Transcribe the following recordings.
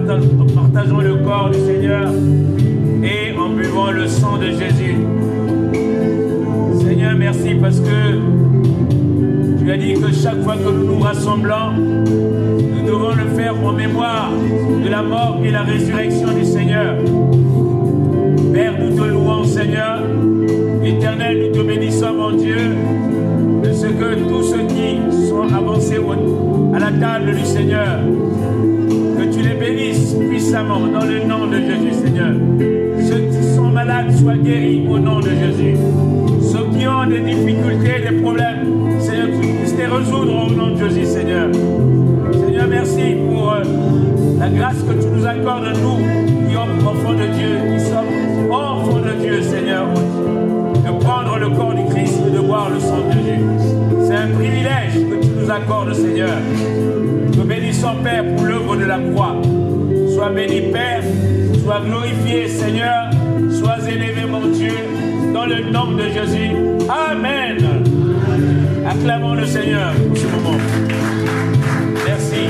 partageant le corps du Seigneur et en buvant le sang de Jésus. Seigneur, merci parce que tu as dit que chaque fois que nous nous rassemblons, nous devons le faire en mémoire de la mort et la résurrection du Seigneur. Père, nous te louons, Seigneur. Éternel, nous te bénissons, mon Dieu, de ce que tous ceux qui sont avancés à la table du Seigneur, que tu les bénisses puissamment dans le nom de Jésus, Seigneur. Ceux qui sont malades soient guéris au nom de Jésus. Ceux qui ont des difficultés, des problèmes, Seigneur, que tu puisses les résoudre au nom de Jésus, Seigneur. Seigneur, merci pour la grâce que tu nous accordes, nous, qui sommes enfants de Dieu, qui sommes enfants de Dieu, Seigneur, de prendre le corps du Christ et de boire le sang de Jésus. C'est un privilège que tu nous accordes, Seigneur. Nous bénissons, Père, pour l'œuvre de la croix. Sois béni, Père, sois glorifié, Seigneur, sois élevé, mon Dieu, dans le nom de Jésus. Amen. Acclamons le Seigneur pour ce moment. Merci.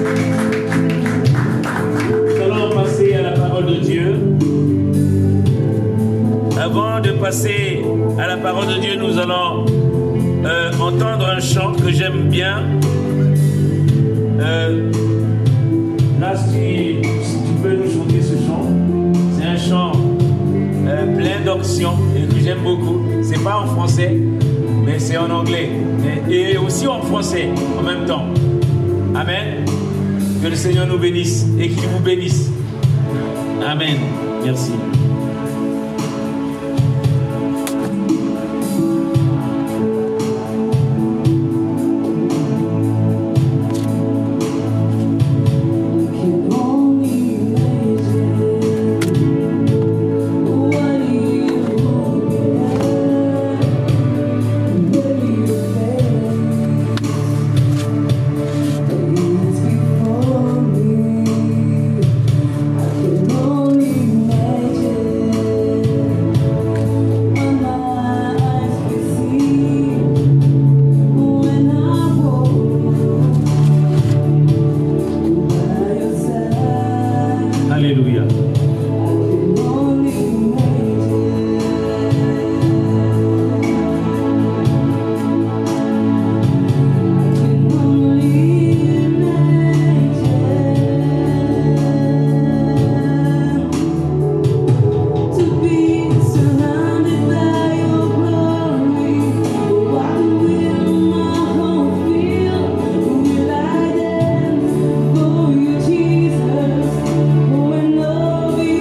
Nous allons passer à la parole de Dieu. Avant de passer à la parole de Dieu, nous allons entendre un chant que j'aime bien. Là, si tu peux nous chanter ce chant, c'est un chant plein d'onction et que j'aime beaucoup. C'est pas en français, mais c'est en anglais et aussi en français en même temps. Amen. Que le Seigneur nous bénisse et qu'il vous bénisse. Amen. Merci. Jesus, oh, and love you.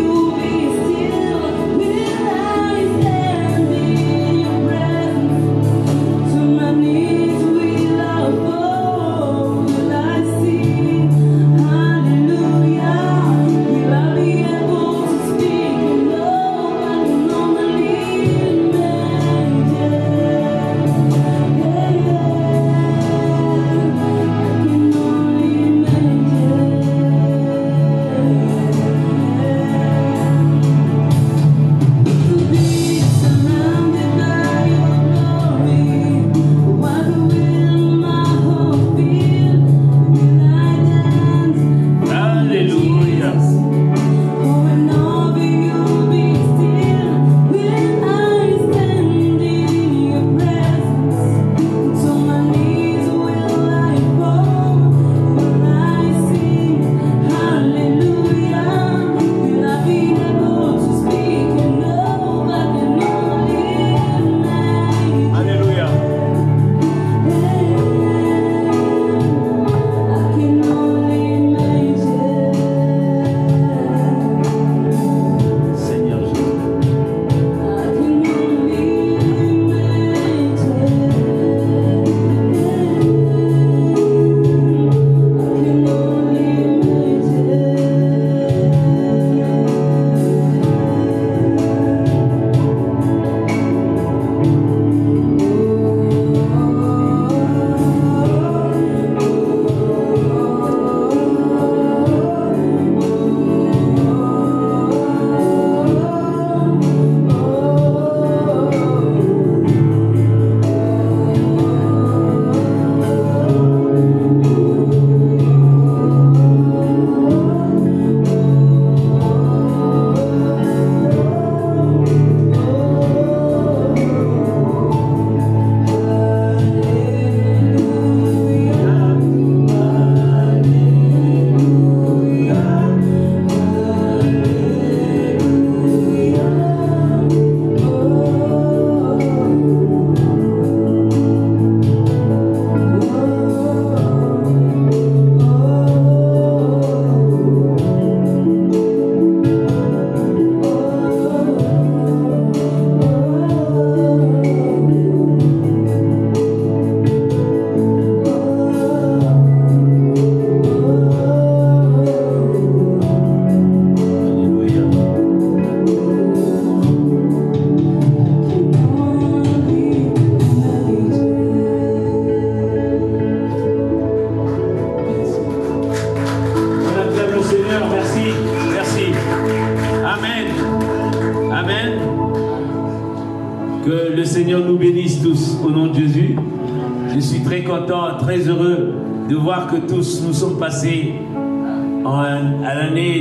Seigneur nous bénisse tous au nom de Jésus. Je suis très content, très heureux de voir que tous nous sommes passés à l'année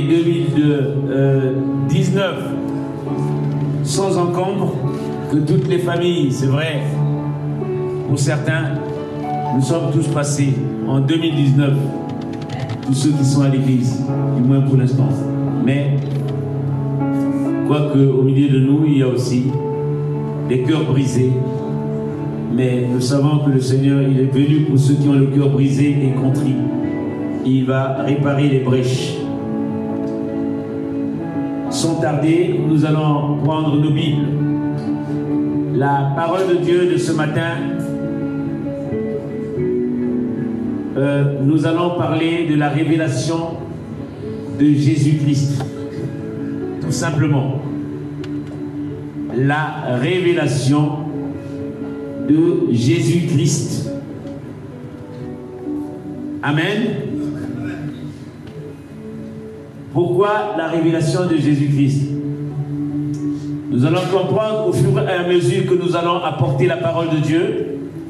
2019 sans encombre, que toutes les familles, c'est vrai, pour certains, nous sommes tous passés en 2019, tous ceux qui sont à l'église, du moins pour l'instant. Mais, quoique au milieu de nous, il y a aussi des cœurs brisés. Mais nous savons que le Seigneur, il est venu pour ceux qui ont le cœur brisé et contrit. Il va réparer les brèches. Sans tarder, nous allons prendre nos Bibles. La parole de Dieu de ce matin, nous allons parler de la révélation de Jésus-Christ. Tout simplement. La révélation de Jésus-Christ. Amen. Pourquoi la révélation de Jésus-Christ? Nous allons comprendre au fur et à mesure que nous allons apporter la parole de Dieu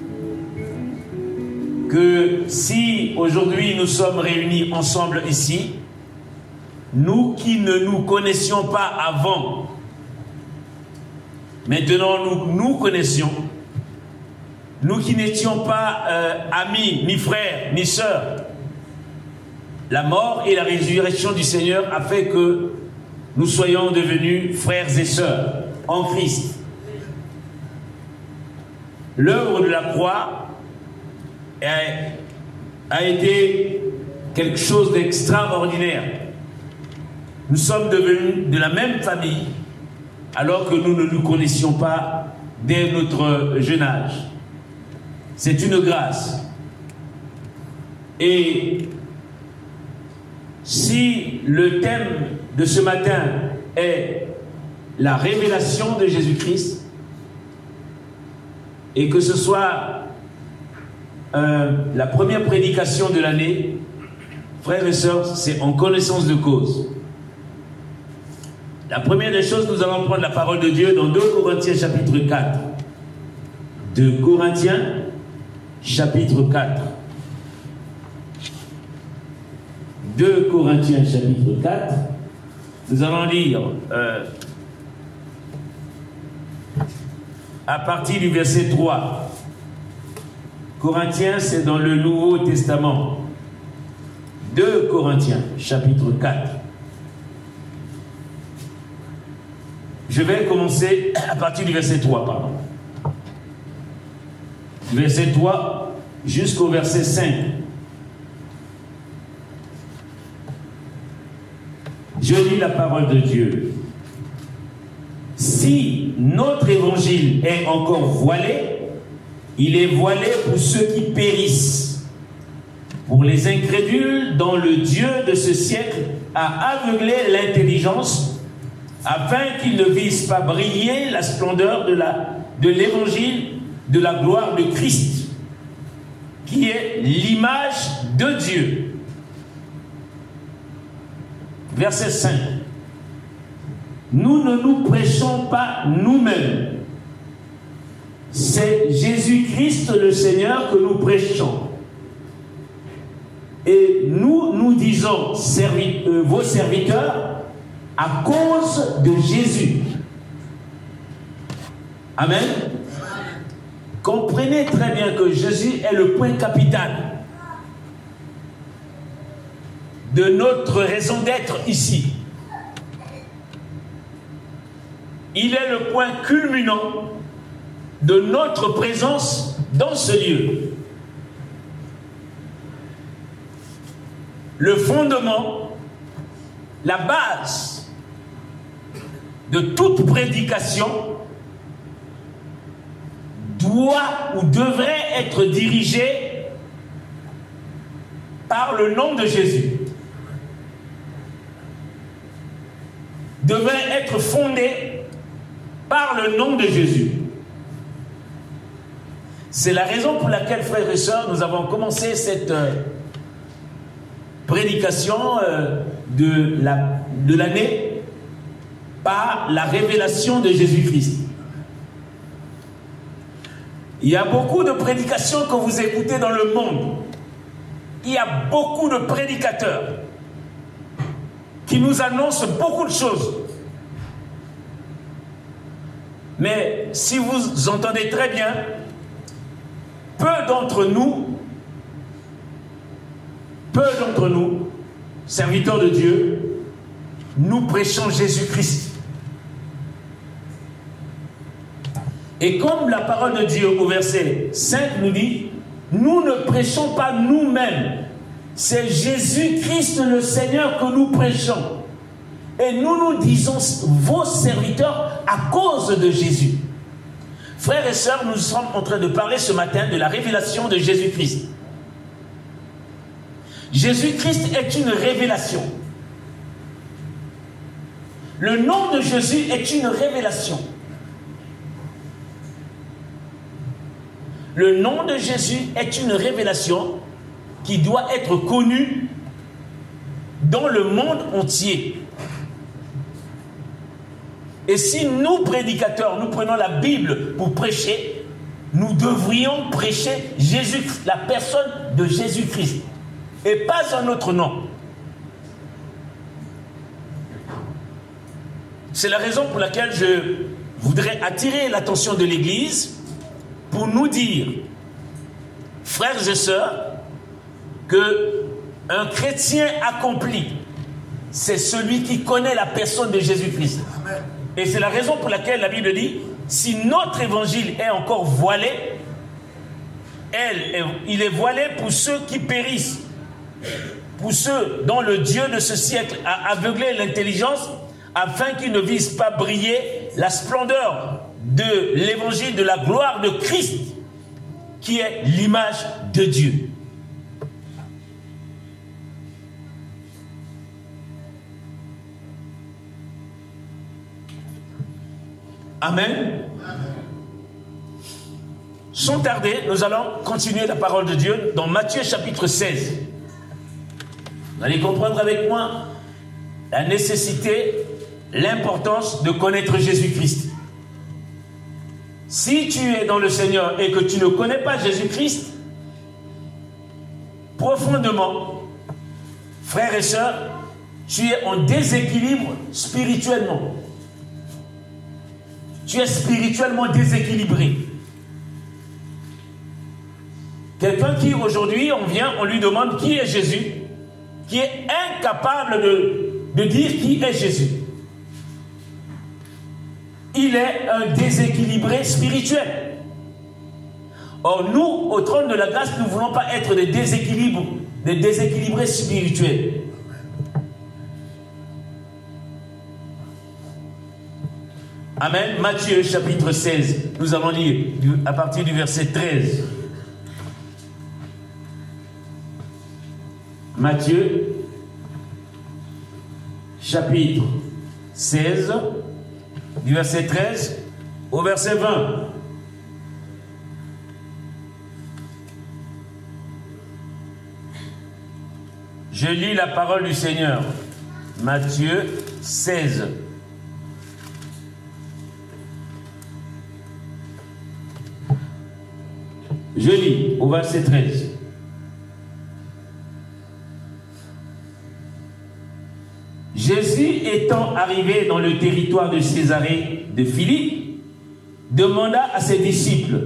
que si aujourd'hui nous sommes réunis ensemble ici, nous qui ne nous connaissions pas avant, maintenant nous connaissions. Nous qui n'étions pas amis, ni frères, ni sœurs, la mort et la résurrection du Seigneur a fait que nous soyons devenus frères et sœurs en Christ. L'œuvre de la croix a été quelque chose d'extraordinaire. Nous sommes devenus de la même famille alors que nous ne nous connaissions pas dès notre jeune âge. C'est une grâce. Et si le thème de ce matin est la révélation de Jésus-Christ, et que ce soit la première prédication de l'année, frères et sœurs, c'est en connaissance de cause. La première des choses, nous allons prendre la parole de Dieu dans 2 Corinthiens chapitre 4. 2 Corinthiens chapitre 4. 2 Corinthiens chapitre 4. Nous allons lire à partir du verset 3. Corinthiens, c'est dans le Nouveau Testament. 2 Corinthiens chapitre 4. Je vais commencer à partir du verset 3, pardon. Verset 3 jusqu'au verset 5. Je lis la parole de Dieu. Si notre évangile est encore voilé, il est voilé pour ceux qui périssent, pour les incrédules dont le Dieu de ce siècle a aveuglé l'intelligence, afin qu'ils ne vissent pas briller la splendeur de l'évangile de la gloire de Christ, qui est l'image de Dieu. Verset 5. Nous ne nous prêchons pas nous-mêmes. C'est Jésus-Christ le Seigneur que nous prêchons. Et nous disons, vos serviteurs, à cause de Jésus. Amen. Comprenez très bien que Jésus est le point capital de notre raison d'être ici. Il est le point culminant de notre présence dans ce lieu. Le fondement, la base de toute prédication doit ou devrait être dirigée par le nom de Jésus. Devrait être fondée par le nom de Jésus. C'est la raison pour laquelle, frères et sœurs, nous avons commencé cette prédication de l'année par la révélation de Jésus-Christ. Il y a beaucoup de prédications que vous écoutez dans le monde. Il y a beaucoup de prédicateurs qui nous annoncent beaucoup de choses. Mais si vous entendez très bien, peu d'entre nous, serviteurs de Dieu, nous prêchons Jésus-Christ. Et comme la parole de Dieu au verset 5 nous dit, nous ne prêchons pas nous-mêmes, c'est Jésus-Christ le Seigneur que nous prêchons. Et nous disons vos serviteurs à cause de Jésus. Frères et sœurs, nous sommes en train de parler ce matin de la révélation de Jésus-Christ. Jésus-Christ est une révélation. Le nom de Jésus est une révélation. Le nom de Jésus est une révélation qui doit être connue dans le monde entier. Et si nous, prédicateurs, nous prenons la Bible pour prêcher, nous devrions prêcher Jésus, la personne de Jésus-Christ, et pas un autre nom. C'est la raison pour laquelle je voudrais attirer l'attention de l'Église pour nous dire, frères et sœurs, qu'un chrétien accompli, c'est celui qui connaît la personne de Jésus-Christ. Amen. Et c'est la raison pour laquelle la Bible dit, si notre évangile est encore voilé, il est voilé pour ceux qui périssent, pour ceux dont le Dieu de ce siècle a aveuglé l'intelligence, afin qu'ils ne visent pas briller la splendeur de l'évangile de la gloire de Christ, qui est l'image de Dieu. Amen. Sans tarder, nous allons continuer la parole de Dieu dans Matthieu chapitre 16. Vous allez comprendre avec moi la nécessité, l'importance de connaître Jésus-Christ. Si tu es dans le Seigneur et que tu ne connais pas Jésus-Christ, profondément, frères et sœurs, tu es en déséquilibre spirituellement. Tu es spirituellement déséquilibré. Quelqu'un qui aujourd'hui, on lui demande qui est Jésus, qui est incapable de dire qui est Jésus. Il est un déséquilibré spirituel. Or, nous, au trône de la grâce, nous ne voulons pas être des déséquilibrés spirituels. Amen. Matthieu chapitre 16. Nous allons lire à partir du verset 13. Matthieu chapitre 16, du verset 13 au verset 20. Je lis la parole du Seigneur. Matthieu 16. Je lis au verset 13. Jésus étant arrivé dans le territoire de Césarée de Philippe, demanda à ses disciples,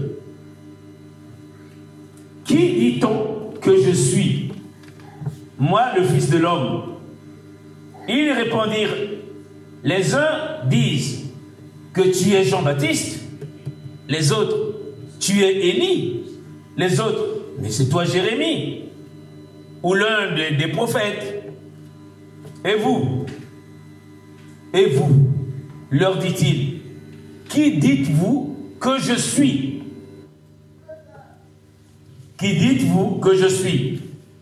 « Qui dit-on que je suis, moi le Fils de l'homme ?» Ils répondirent, « Les uns disent que tu es Jean-Baptiste, les autres, tu es Élie, les autres, mais c'est toi Jérémie, ou l'un des prophètes. Et vous, leur dit-il, qui dites-vous que je suis? Qui dites-vous que je suis?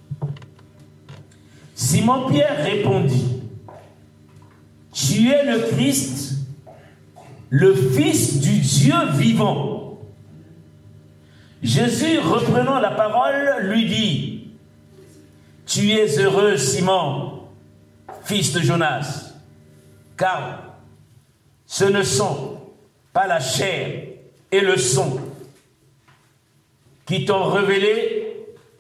Simon-Pierre répondit, tu es le Christ, le Fils du Dieu vivant. Jésus, reprenant la parole, lui dit, tu es heureux, Simon, fils de Jonas, car ce ne sont pas la chair et le sang qui t'ont révélé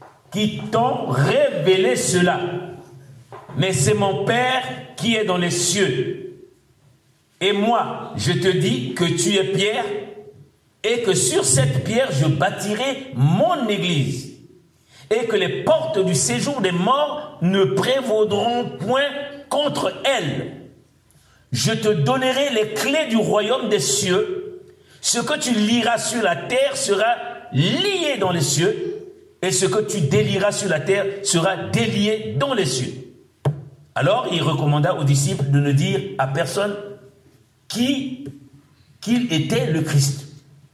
cela. Mais c'est mon Père qui est dans les cieux. Et moi, je te dis que tu es Pierre, et que sur cette pierre, je bâtirai mon église. Et que les portes du séjour des morts ne prévaudront point contre elle. Je te donnerai les clés du royaume des cieux. Ce que tu lieras sur la terre sera lié dans les cieux, et ce que tu délieras sur la terre sera délié dans les cieux. Alors il recommanda aux disciples de ne dire à personne qu'il était le Christ.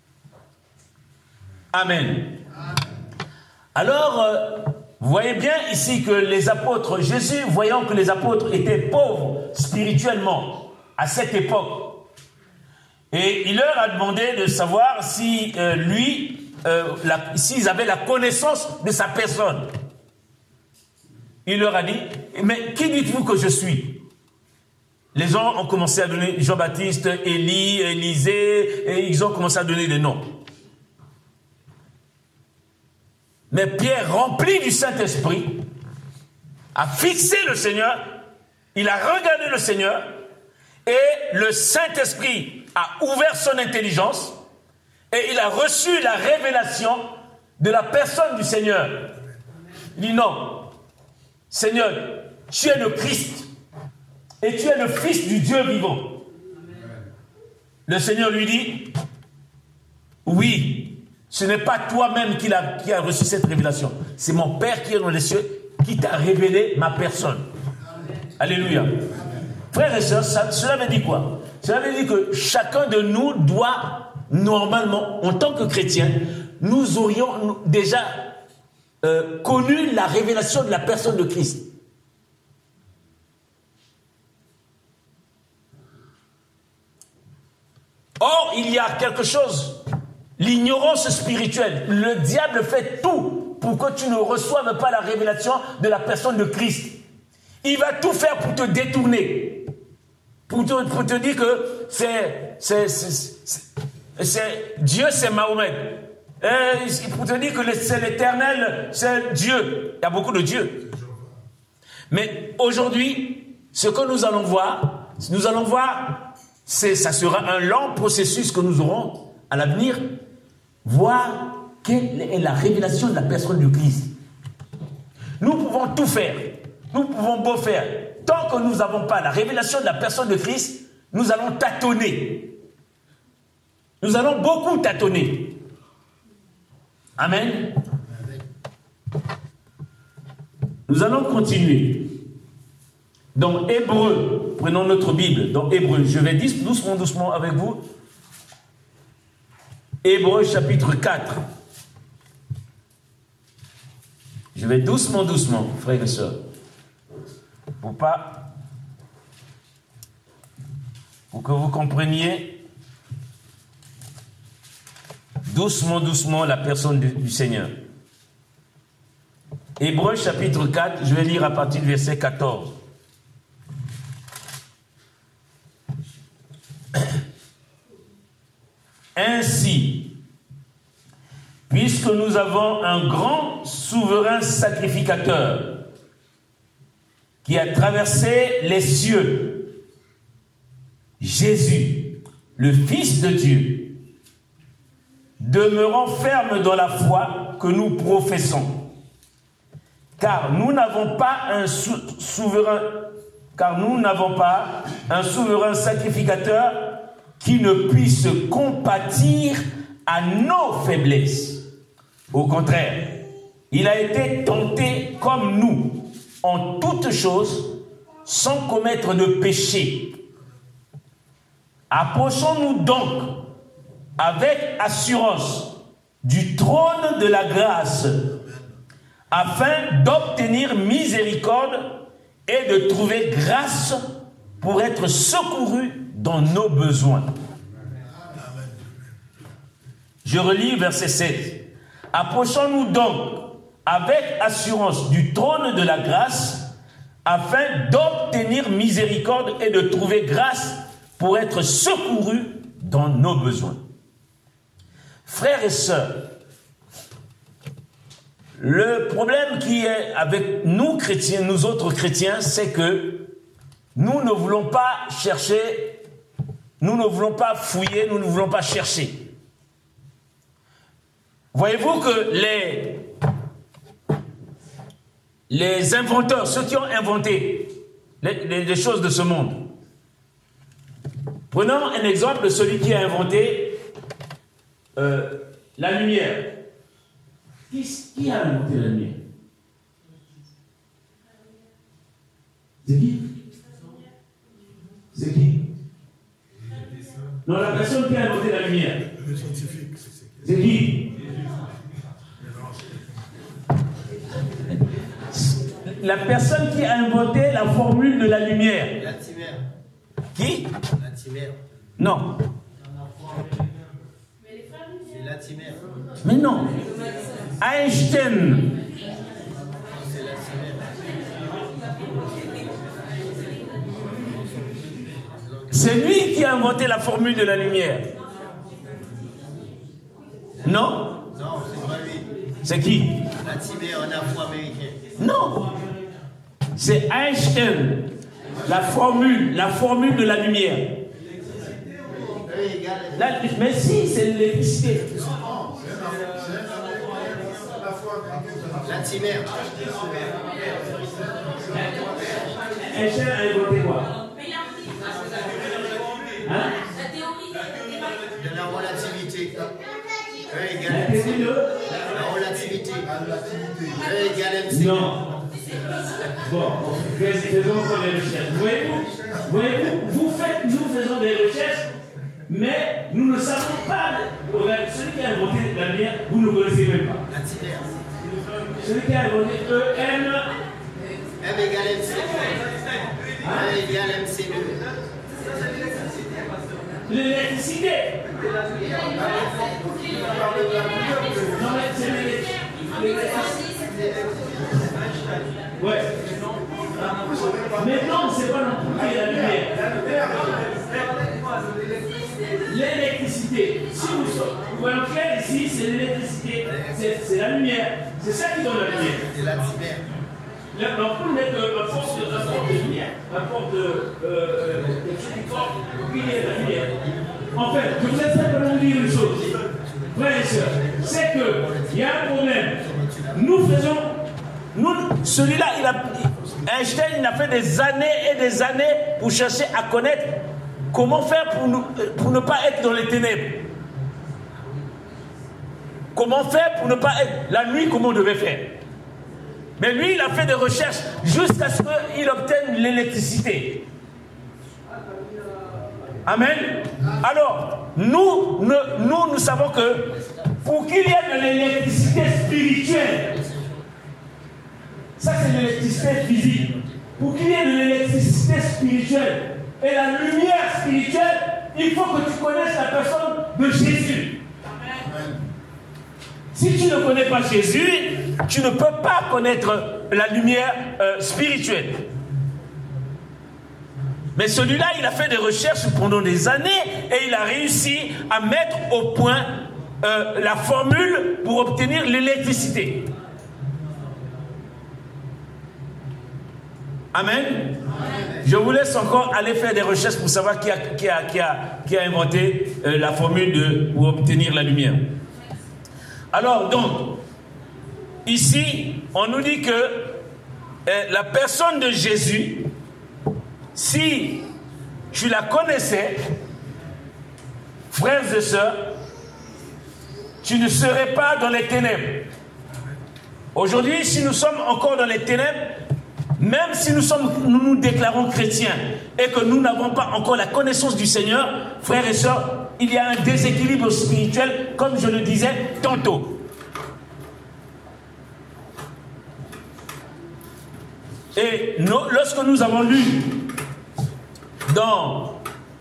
Amen. Alors, vous voyez bien ici que les apôtres, Jésus, voyant que les apôtres étaient pauvres spirituellement à cette époque, et il leur a demandé de savoir si s'ils avaient la connaissance de sa personne. Il leur a dit, mais qui dites-vous que je suis? Les gens ont commencé à donner Jean-Baptiste, Élie, Élisée, et ils ont commencé à donner des noms. Mais Pierre, rempli du Saint-Esprit, a fixé le Seigneur, il a regardé le Seigneur, et le Saint-Esprit a ouvert son intelligence, et il a reçu la révélation de la personne du Seigneur. Il dit non, Seigneur, tu es le Christ, et tu es le Fils du Dieu vivant. Le Seigneur lui dit, oui, ce n'est pas toi-même qui a reçu cette révélation. C'est mon Père qui est dans les cieux qui t'a révélé ma personne. Amen. Alléluia. Amen. Frères et sœurs, cela veut dire quoi? Cela veut dire que chacun de nous doit, normalement, en tant que chrétien, nous aurions déjà connu la révélation de la personne de Christ. Or, il y a quelque chose, l'ignorance spirituelle. Le diable fait tout pour que tu ne reçoives pas la révélation de la personne de Christ. Il va tout faire pour te détourner, pour te dire que Dieu, c'est Mahomet. Pour te dire que c'est l'Éternel, c'est Dieu. Il y a beaucoup de dieux. Mais aujourd'hui, ce que nous allons voir, ça sera un lent processus que nous aurons à l'avenir, voir quelle est la révélation de la personne du Christ. Nous pouvons tout faire, nous pouvons beau faire. Tant que nous n'avons pas la révélation de la personne de Christ, nous allons tâtonner. Nous allons beaucoup tâtonner. Amen. Nous allons continuer. Dans Hébreux, prenons notre Bible, dans Hébreux, je vais doucement avec vous. Hébreux chapitre 4. Je vais doucement, frères et sœurs. Pour que vous compreniez doucement la personne du Seigneur. Hébreux chapitre 4, je vais lire à partir du verset 14. Ainsi, puisque nous avons un grand souverain sacrificateur qui a traversé les cieux, Jésus, le Fils de Dieu, demeurons fermes dans la foi que nous professons, car nous n'avons pas un souverain sacrificateur qui ne puisse compatir à nos faiblesses. Au contraire, il a été tenté comme nous, en toutes choses, sans commettre de péché. Approchons-nous donc avec assurance du trône de la grâce, afin d'obtenir miséricorde et de trouver grâce pour être secourus dans nos besoins. Je relis verset 16. Approchons-nous donc avec assurance du trône de la grâce, afin d'obtenir miséricorde et de trouver grâce pour être secourus dans nos besoins. Frères et sœurs, Le problème qui est avec nous chrétiens, nous autres chrétiens, c'est que nous ne voulons pas chercher, nous ne voulons pas fouiller, nous ne voulons pas chercher. Voyez-vous que les inventeurs, ceux qui ont inventé les choses de ce monde, prenons un exemple de celui qui a inventé la lumière. Qui a inventé la lumière? C'est qui? C'est qui? Non, la personne qui a inventé la lumière. Le scientifique. C'est qui? La personne qui a inventé la formule de la lumière. Latimer. Qui? Latimer. Non. C'est Latimer. Mais non. Einstein. C'est Latimer. C'est lui qui a inventé la formule de la lumière. Non? Non, c'est pas lui. C'est qui? Latimer, un afro-américain. Non. C'est Einstein. La formule de la lumière. Mais si, c'est l'électricité. Latimer. Einstein a inventé quoi? Hein? De la relativité. E égale La théorie de la relativité. E égale MC. non. Bon, faisons encore des recherches. Voyez-vous, nous faisons des recherches, mais nous ne savons pas. Regardez, celui qui a inventé la lumière, vous ne connaissez même pas. Latimer. Celui qui a inventé EM. M égale MC2. E égale MC2. L'électricité. Non, mais c'est l'électricité. Ouais. Mais non, c'est pas non plus la lumière. L'électricité. Si vous voyez clair ici, c'est l'électricité. C'est la lumière. C'est ça qui donne la lumière. C'est Latimer. L'ampoule n'est qu'un force de lumière, un force de la lumière. En fait, je voudrais simplement dire une chose, frères et sœurs, c'est qu'il y a un problème. Celui-là, Einstein, il a fait des années et des années pour chercher à connaître comment faire pour ne pas être dans les ténèbres. Comment faire pour ne pas être la nuit, comment on devait faire. Mais lui, il a fait des recherches jusqu'à ce qu'il obtienne l'électricité. Amen. Alors, nous savons que pour qu'il y ait de l'électricité spirituelle, ça c'est l'électricité physique, pour qu'il y ait de l'électricité spirituelle et la lumière spirituelle, il faut que tu connaisses la personne de Jésus. Si tu ne connais pas Jésus, tu ne peux pas connaître la lumière spirituelle. Mais celui-là, il a fait des recherches pendant des années et il a réussi à mettre au point la formule pour obtenir l'électricité. Amen. Je vous laisse encore aller faire des recherches pour savoir qui a inventé la formule pour obtenir la lumière. Alors donc, ici, on nous dit que la personne de Jésus, si tu la connaissais, frères et sœurs, tu ne serais pas dans les ténèbres. Aujourd'hui, si nous sommes encore dans les ténèbres, même si nous nous déclarons chrétiens et que nous n'avons pas encore la connaissance du Seigneur, frères et sœurs, il y a un déséquilibre spirituel, comme je le disais tantôt. Et lorsque nous avons lu dans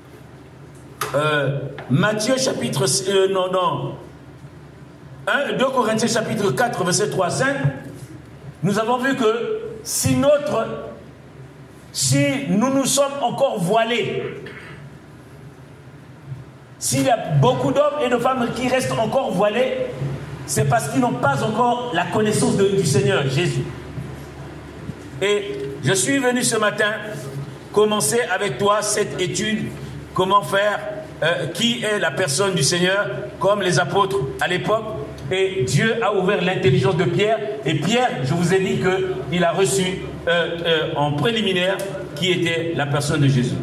Matthieu chapitre 2 Corinthiens chapitre 4 verset 3 à 5, nous avons vu que si nous nous sommes encore voilés, s'il y a beaucoup d'hommes et de femmes qui restent encore voilés, c'est parce qu'ils n'ont pas encore la connaissance du Seigneur Jésus. Et je suis venu ce matin commencer avec toi cette étude, comment faire, qui est la personne du Seigneur, comme les apôtres à l'époque. Et Dieu a ouvert l'intelligence de Pierre. Et Pierre, je vous ai dit qu'il a reçu en préliminaire qui était la personne de Jésus.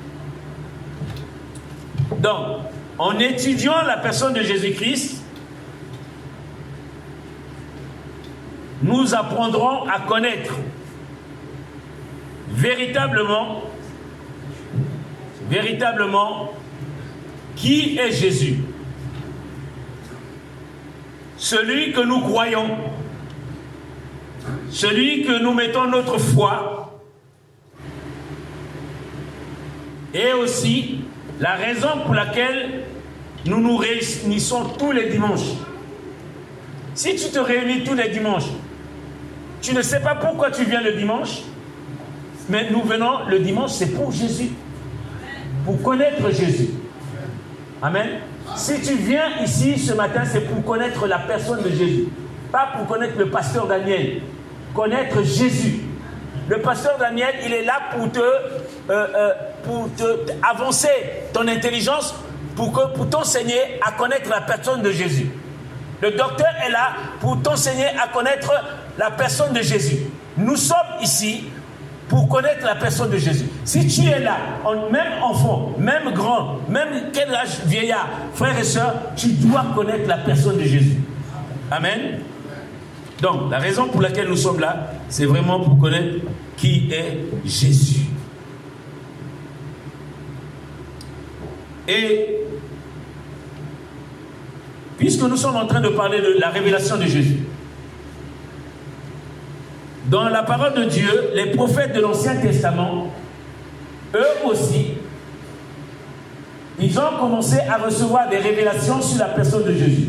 Donc, en étudiant la personne de Jésus-Christ, nous apprendrons à connaître véritablement qui est Jésus. Celui que nous croyons, celui que nous mettons notre foi, et aussi la raison pour laquelle nous nous réunissons tous les dimanches. Si tu te réunis tous les dimanches, tu ne sais pas pourquoi tu viens le dimanche, mais nous venons le dimanche, c'est pour Jésus, pour connaître Jésus. Amen. Si tu viens ici ce matin, c'est pour connaître la personne de Jésus, pas pour connaître le pasteur Daniel, connaître Jésus. Le pasteur Daniel, il est là pour te avancer ton intelligence, pour t'enseigner à connaître la personne de Jésus. Le docteur est là pour t'enseigner à connaître la personne de Jésus. Nous sommes ici pour connaître la personne de Jésus. Si tu es là, même enfant, même grand, même quel âge, vieillard, frère et soeur, tu dois connaître la personne de Jésus. Amen. Donc, la raison pour laquelle nous sommes là, c'est vraiment pour connaître qui est Jésus. Et puisque nous sommes en train de parler de la révélation de Jésus, dans la parole de Dieu, les prophètes de l'Ancien Testament, eux aussi, ils ont commencé à recevoir des révélations sur la personne de Jésus.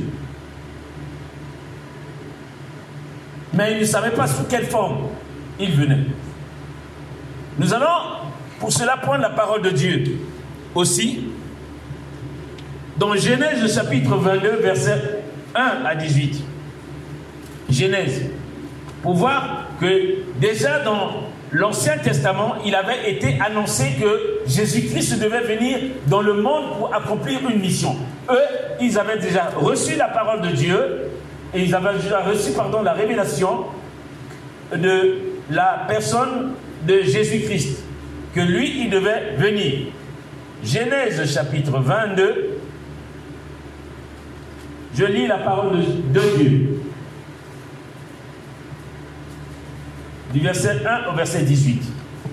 Mais ils ne savaient pas sous quelle forme il venait. Nous allons, pour cela, prendre la parole de Dieu aussi, dans Genèse chapitre 22, versets 1 à 18. Genèse. Pour voir que déjà dans l'Ancien Testament, il avait été annoncé que Jésus-Christ devait venir dans le monde pour accomplir une mission. Eux, ils avaient déjà reçu la parole de Dieu et ils avaient déjà reçu, la révélation de la personne de Jésus-Christ, que lui, il devait venir. Genèse chapitre 22, je lis la parole de Dieu. Du verset 1 au verset 18.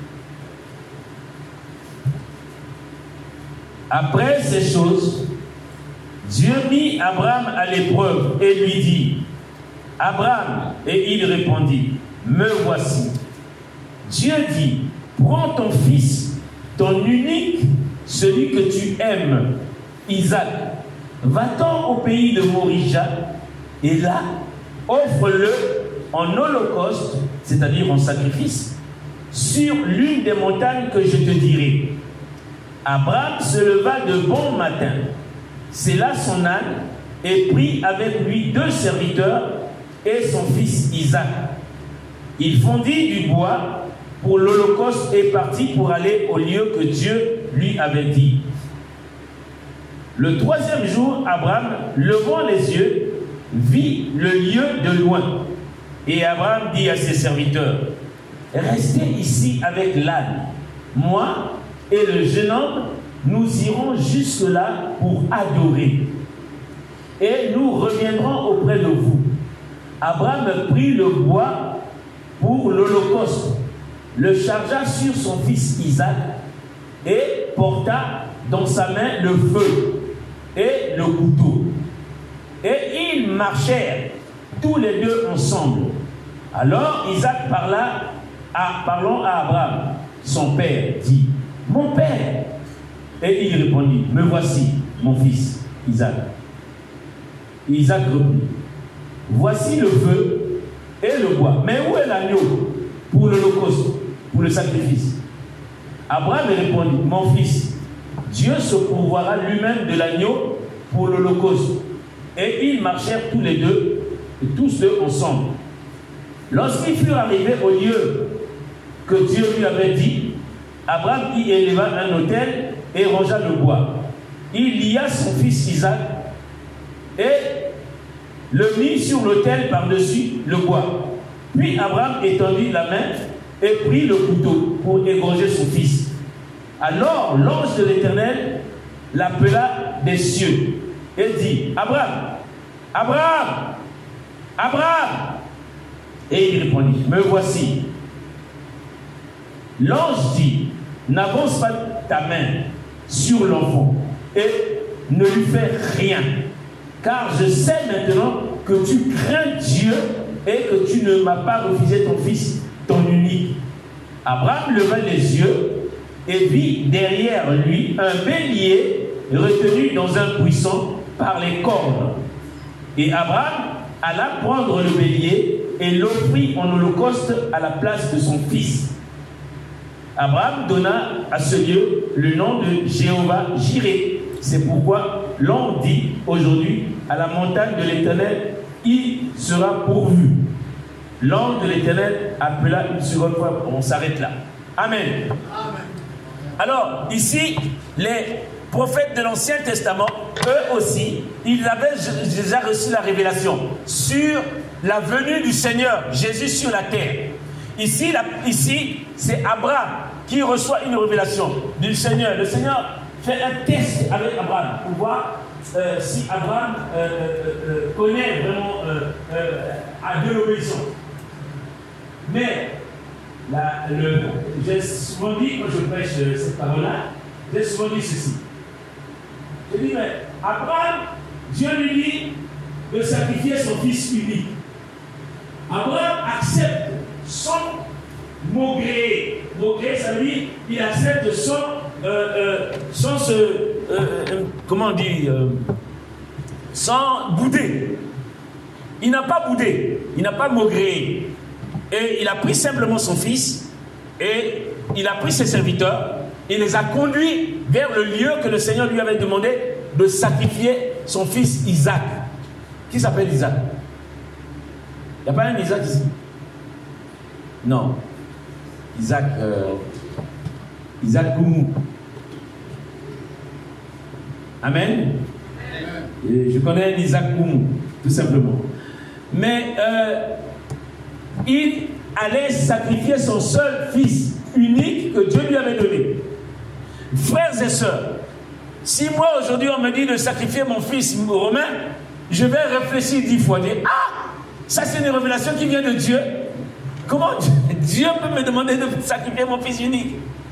Après ces choses, Dieu mit Abraham à l'épreuve et lui dit, Abraham, et il répondit, me voici. Dieu dit, prends ton fils, ton unique, celui que tu aimes, Isaac, va-t'en au pays de Morija, et là, offre-le en holocauste, c'est-à-dire en sacrifice, sur l'une des montagnes que je te dirai. Abraham se leva de bon matin, sella son âne et prit avec lui 2 serviteurs et son fils Isaac. Il fondit du bois pour l'holocauste et partit pour aller au lieu que Dieu lui avait dit. Le 3e jour, Abraham, levant les yeux, vit le lieu de loin. Et Abraham dit à ses serviteurs, restez ici avec l'âne. Moi et le jeune homme, nous irons jusque-là pour adorer. Et nous reviendrons auprès de vous. Abraham prit le bois pour l'holocauste, le chargea sur son fils Isaac et porta dans sa main le feu et le couteau. Et ils marchèrent tous les deux ensemble. Alors Isaac parlant à Abraham, son père, dit, mon père. Et il répondit, me voici, mon fils, Isaac. Isaac reprit, voici le feu et le bois. Mais où est l'agneau pour l'holocauste, pour le sacrifice? Abraham répondit, mon fils, Dieu se pourvoira lui-même de l'agneau pour l'holocauste Et ils marchèrent tous les deux, tous deux ensemble. Lorsqu'ils furent arrivés au lieu que Dieu lui avait dit, Abraham y éleva un autel et rangea le bois. Il lia son fils Isaac et le mit sur l'autel par-dessus le bois. Puis Abraham étendit la main et prit le couteau pour égorger son fils. Alors l'ange de l'Éternel l'appela des cieux et dit, Abraham, Abraham, Abraham. Et il répondit, me voici. L'ange dit, n'avance pas ta main sur l'enfant et ne lui fais rien, car je sais maintenant que tu crains Dieu et que tu ne m'as pas refusé ton fils, ton unique. Abraham leva les yeux et vit derrière lui un bélier retenu dans un buisson par les cornes. Et Abraham alla prendre le bélier et l'offrit en holocauste à la place de son fils. Abraham donna à ce lieu le nom de Jéhovah Jireh. C'est pourquoi l'on dit aujourd'hui à la montagne de l'Éternel, il sera pourvu. L'ange de l'Éternel appela une seconde fois. On s'arrête là. Amen. Amen. Alors, ici, les prophètes de l'Ancien Testament, eux aussi, ils avaient déjà reçu la révélation sur la venue du Seigneur, Jésus sur la terre. Ici, c'est Abraham qui reçoit une révélation du Seigneur. Le Seigneur fait un test avec Abraham pour voir si Abraham connaît vraiment de l'obéissance. Mais j'ai souvent dit, quand je prêche cette parole-là, j'ai souvent dit ceci. Je dis, mais Abraham, Dieu lui dit de sacrifier son fils unique. Abraham accepte sans maugréer. Maugréer, ça veut dire qu'il accepte sans bouder. Il n'a pas boudé, il n'a pas maugréé. Et il a pris simplement son fils et il a pris ses serviteurs. Il les a conduits vers le lieu que le Seigneur lui avait demandé de sacrifier son fils Isaac. Qui s'appelle Isaac? Il n'y a pas un Isaac ici? Non. Isaac Koumou. Amen. Et je connais un Isaac Koumou, tout simplement. Mais il allait sacrifier son seul fils unique que Dieu lui avait donné. Frères et sœurs, si moi aujourd'hui on me dit de sacrifier mon fils Romain, je vais réfléchir 10 fois, dire, ça c'est une révélation qui vient de Dieu. Comment Dieu peut me demander de sacrifier mon fils unique?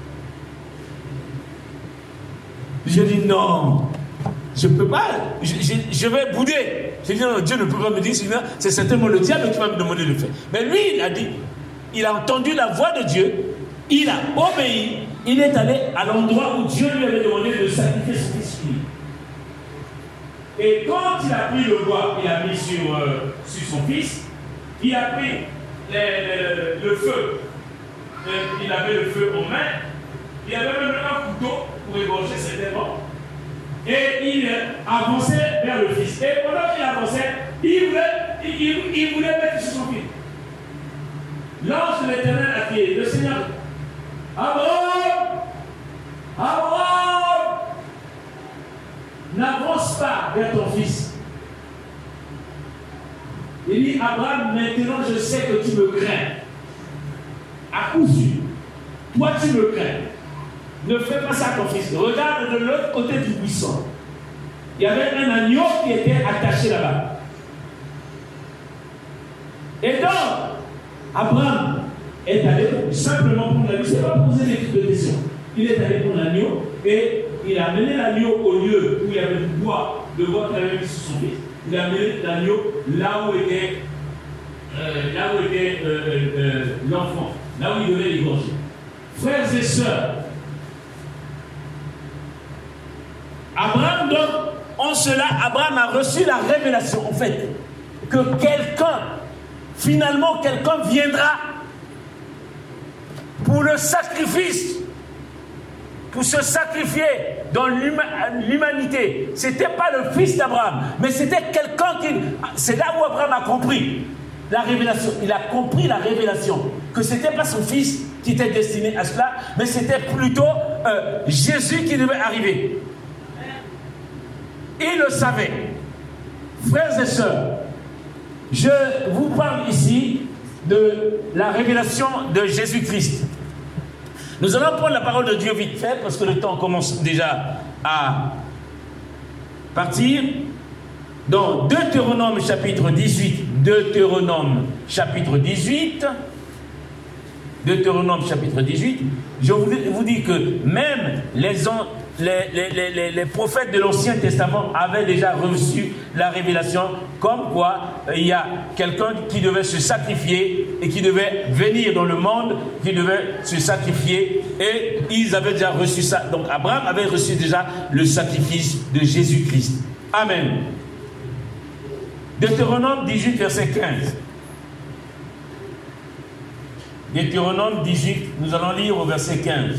Je dis non, je ne peux pas, je vais bouder. Je dis non, Dieu ne peut pas me dire, c'est certainement le diable qui va me demander de le faire. Mais lui, il a dit, il a entendu la voix de Dieu, il a obéi, il est allé à l'endroit où Dieu lui avait demandé de sacrifier son fils unique. Et quand il a pris le bois, il a mis sur son fils, il a pris le feu, il avait le feu en main, il avait même un couteau pour égorger certainement, et il avançait vers le fils. Et pendant qu'il avançait, il voulait mettre sur son fils. L'ange de l'Éternel a crié, le Seigneur, Abraham, Abraham, n'avance pas vers ton fils. Il dit, Abraham, maintenant je sais que tu me crains. À coup sûr, toi tu me crains. Ne fais pas ça à ton fils. Regarde de l'autre côté du buisson. Il y avait un agneau qui était attaché là-bas. Et donc, Abraham est allé simplement pour l'agneau. Il ne s'est pas posé des questions. Il est allé pour l'agneau et il a amené l'agneau au lieu où il y avait du bois, le bois qu'il avait mis sur son fils. Il a amené l'agneau là où était l'enfant, là où il devait l'égorger. Frères et sœurs, Abraham, donc, en cela, Abraham a reçu la révélation, en fait, que finalement, quelqu'un viendra pour le sacrifice pour se sacrifier dans l'humanité. Ce n'était pas le fils d'Abraham, mais c'était quelqu'un qui... C'est là où Abraham a compris la révélation. Il a compris la révélation, que ce n'était pas son fils qui était destiné à cela, mais c'était plutôt Jésus qui devait arriver. Il le savait. Frères et sœurs, je vous parle ici de la révélation de Jésus-Christ. Nous allons prendre la parole de Dieu vite fait, parce que le temps commence déjà à partir. Dans Deutéronome chapitre 18, Deutéronome chapitre 18, je vous dis que même les prophètes de l'Ancien Testament avaient déjà reçu la révélation, comme quoi il y a quelqu'un qui devait se sacrifier et qui devait venir dans le monde, qui devait se sacrifier, et ils avaient déjà reçu ça. Donc Abraham avait reçu déjà le sacrifice de Jésus-Christ. Amen. Deutéronome 18, verset 15. Deutéronome 18, nous allons lire au verset 15.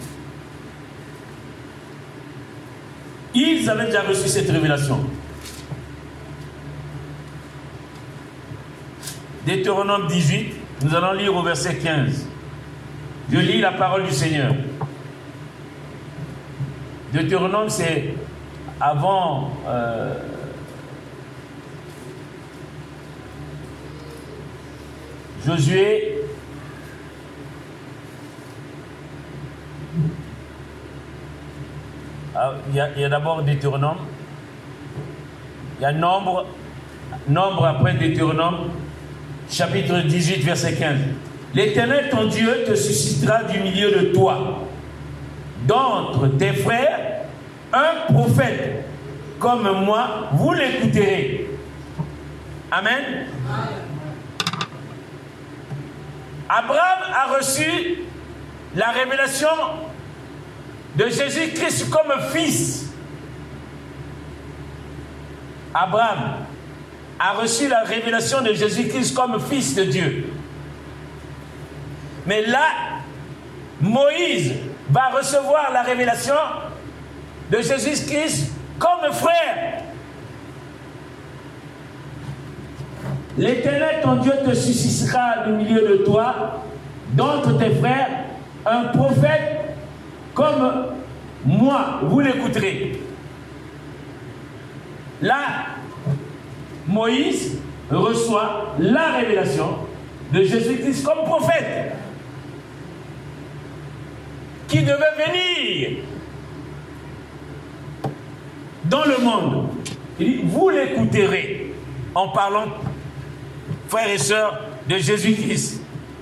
Ils avaient déjà reçu cette révélation. Deutéronome 18, nous allons lire au verset 15. Je lis la parole du Seigneur. Deutéronome, c'est avant... Josué, il y a d'abord Deutéronome, il y a Nombre après Deutéronome, chapitre 18, verset 15. L'Éternel, ton Dieu, te suscitera du milieu de toi, d'entre tes frères, un prophète comme moi, vous l'écouterez. Amen. Abraham a reçu la révélation de Jésus-Christ comme fils. Abraham a reçu la révélation de Jésus-Christ comme fils de Dieu. Mais là, Moïse va recevoir la révélation de Jésus-Christ comme frère. L'Éternel, ton Dieu, te suscitera du milieu de toi, d'entre tes frères, un prophète comme moi. Vous l'écouterez. Là, Moïse reçoit la révélation de Jésus-Christ comme prophète qui devait venir dans le monde. Il dit, vous l'écouterez en parlant, frères et sœurs, de Jésus-Christ.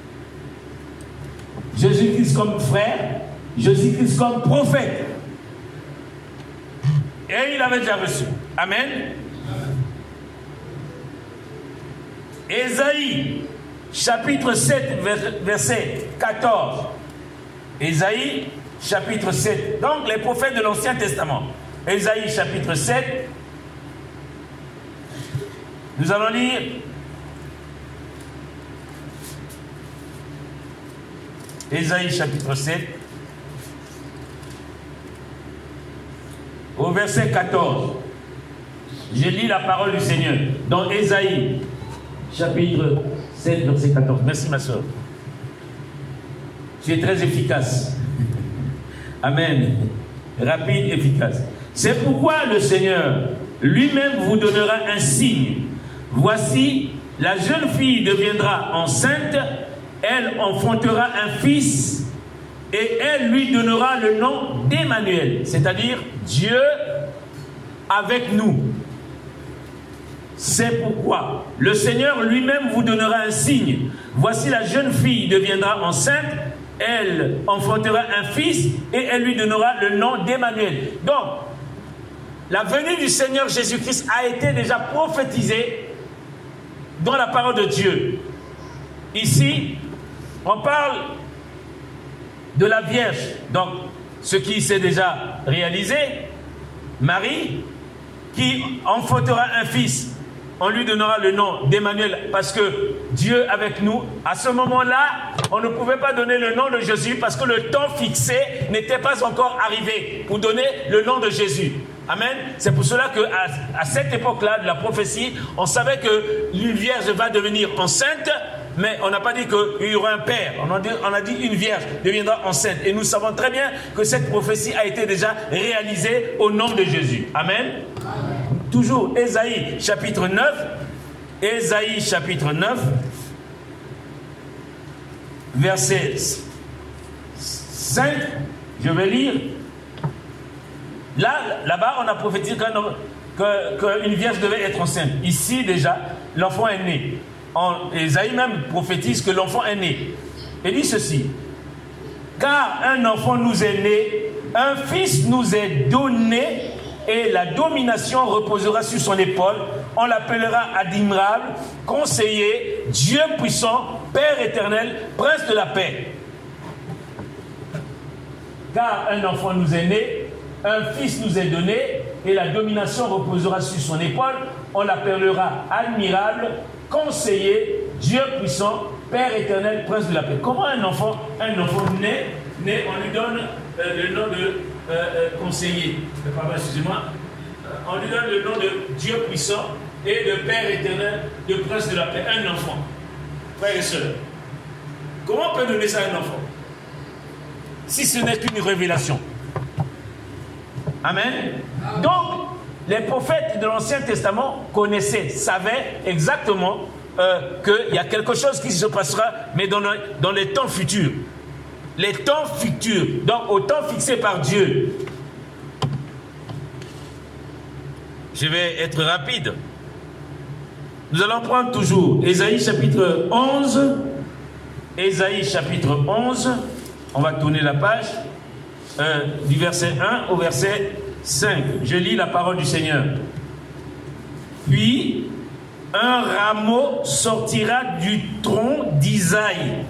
Jésus-Christ comme frère, Jésus-Christ comme prophète. Et il avait déjà reçu. Amen. Ésaïe, chapitre 7, verset 14. Ésaïe, chapitre 7. Donc, les prophètes de l'Ancien Testament. Ésaïe, chapitre 7. Nous allons lire Ésaïe, chapitre 7. Au verset 14. Je lis la parole du Seigneur. Dans Ésaïe, chapitre 7, verset 14. Merci, ma soeur. Tu es très efficace. Amen. Rapide, efficace. C'est pourquoi le Seigneur lui-même vous donnera un signe. Voici, la jeune fille deviendra enceinte, elle enfantera un fils, et elle lui donnera le nom d'Emmanuel, c'est-à-dire Dieu avec nous. C'est pourquoi le Seigneur lui-même vous donnera un signe. Voici, la jeune fille deviendra enceinte, elle enfantera un fils, et elle lui donnera le nom d'Emmanuel. Donc, la venue du Seigneur Jésus-Christ a été déjà prophétisée dans la parole de Dieu. Ici, on parle de la Vierge. Donc, ce qui s'est déjà réalisé, Marie, qui enfantera un fils. on lui donnera le nom d'Emmanuel parce que Dieu avec nous. À ce moment-là, on ne pouvait pas donner le nom de Jésus parce que le temps fixé n'était pas encore arrivé pour donner le nom de Jésus. Amen. C'est pour cela qu'à cette époque-là de la prophétie, on savait qu'une vierge va devenir enceinte, mais on n'a pas dit qu'il y aura un père. On a dit une vierge deviendra enceinte. Et nous savons très bien que cette prophétie a été déjà réalisée au nom de Jésus. Amen. Toujours Ésaïe chapitre 9. Ésaïe chapitre 9. Verset 5. Je vais lire. Là-bas, on a prophétisé qu'une vierge devait être enceinte. Ici, déjà, l'enfant est né. Ésaïe même prophétise que l'enfant est né. Il dit ceci. Car un enfant nous est né, un fils nous est donné, et la domination reposera sur son épaule. On l'appellera admirable, conseiller, Dieu puissant, Père éternel, prince de la paix. Car un enfant nous est né, un fils nous est donné, et la domination reposera sur son épaule. On l'appellera admirable, conseiller, Dieu puissant, Père éternel, prince de la paix. Comment un enfant naît, on lui donne le nom de conseiller. Pardon, excusez-moi. On lui donne le nom de Dieu puissant et de Père éternel, de prince de la paix. Un enfant. Frères et sœurs, comment on peut donner ça à un enfant si ce n'est qu'une révélation? Amen. Donc, les prophètes de l'Ancien Testament savaient exactement qu'il y a quelque chose qui se passera, mais dans les temps futurs. Les temps futurs, donc au temps fixé par Dieu. Je vais être rapide. Nous allons prendre toujours Ésaïe chapitre 11. Ésaïe chapitre 11. On va tourner la page. Du verset 1 au verset 5. Je lis la parole du Seigneur. Puis, un rameau sortira du tronc d'Isaïe,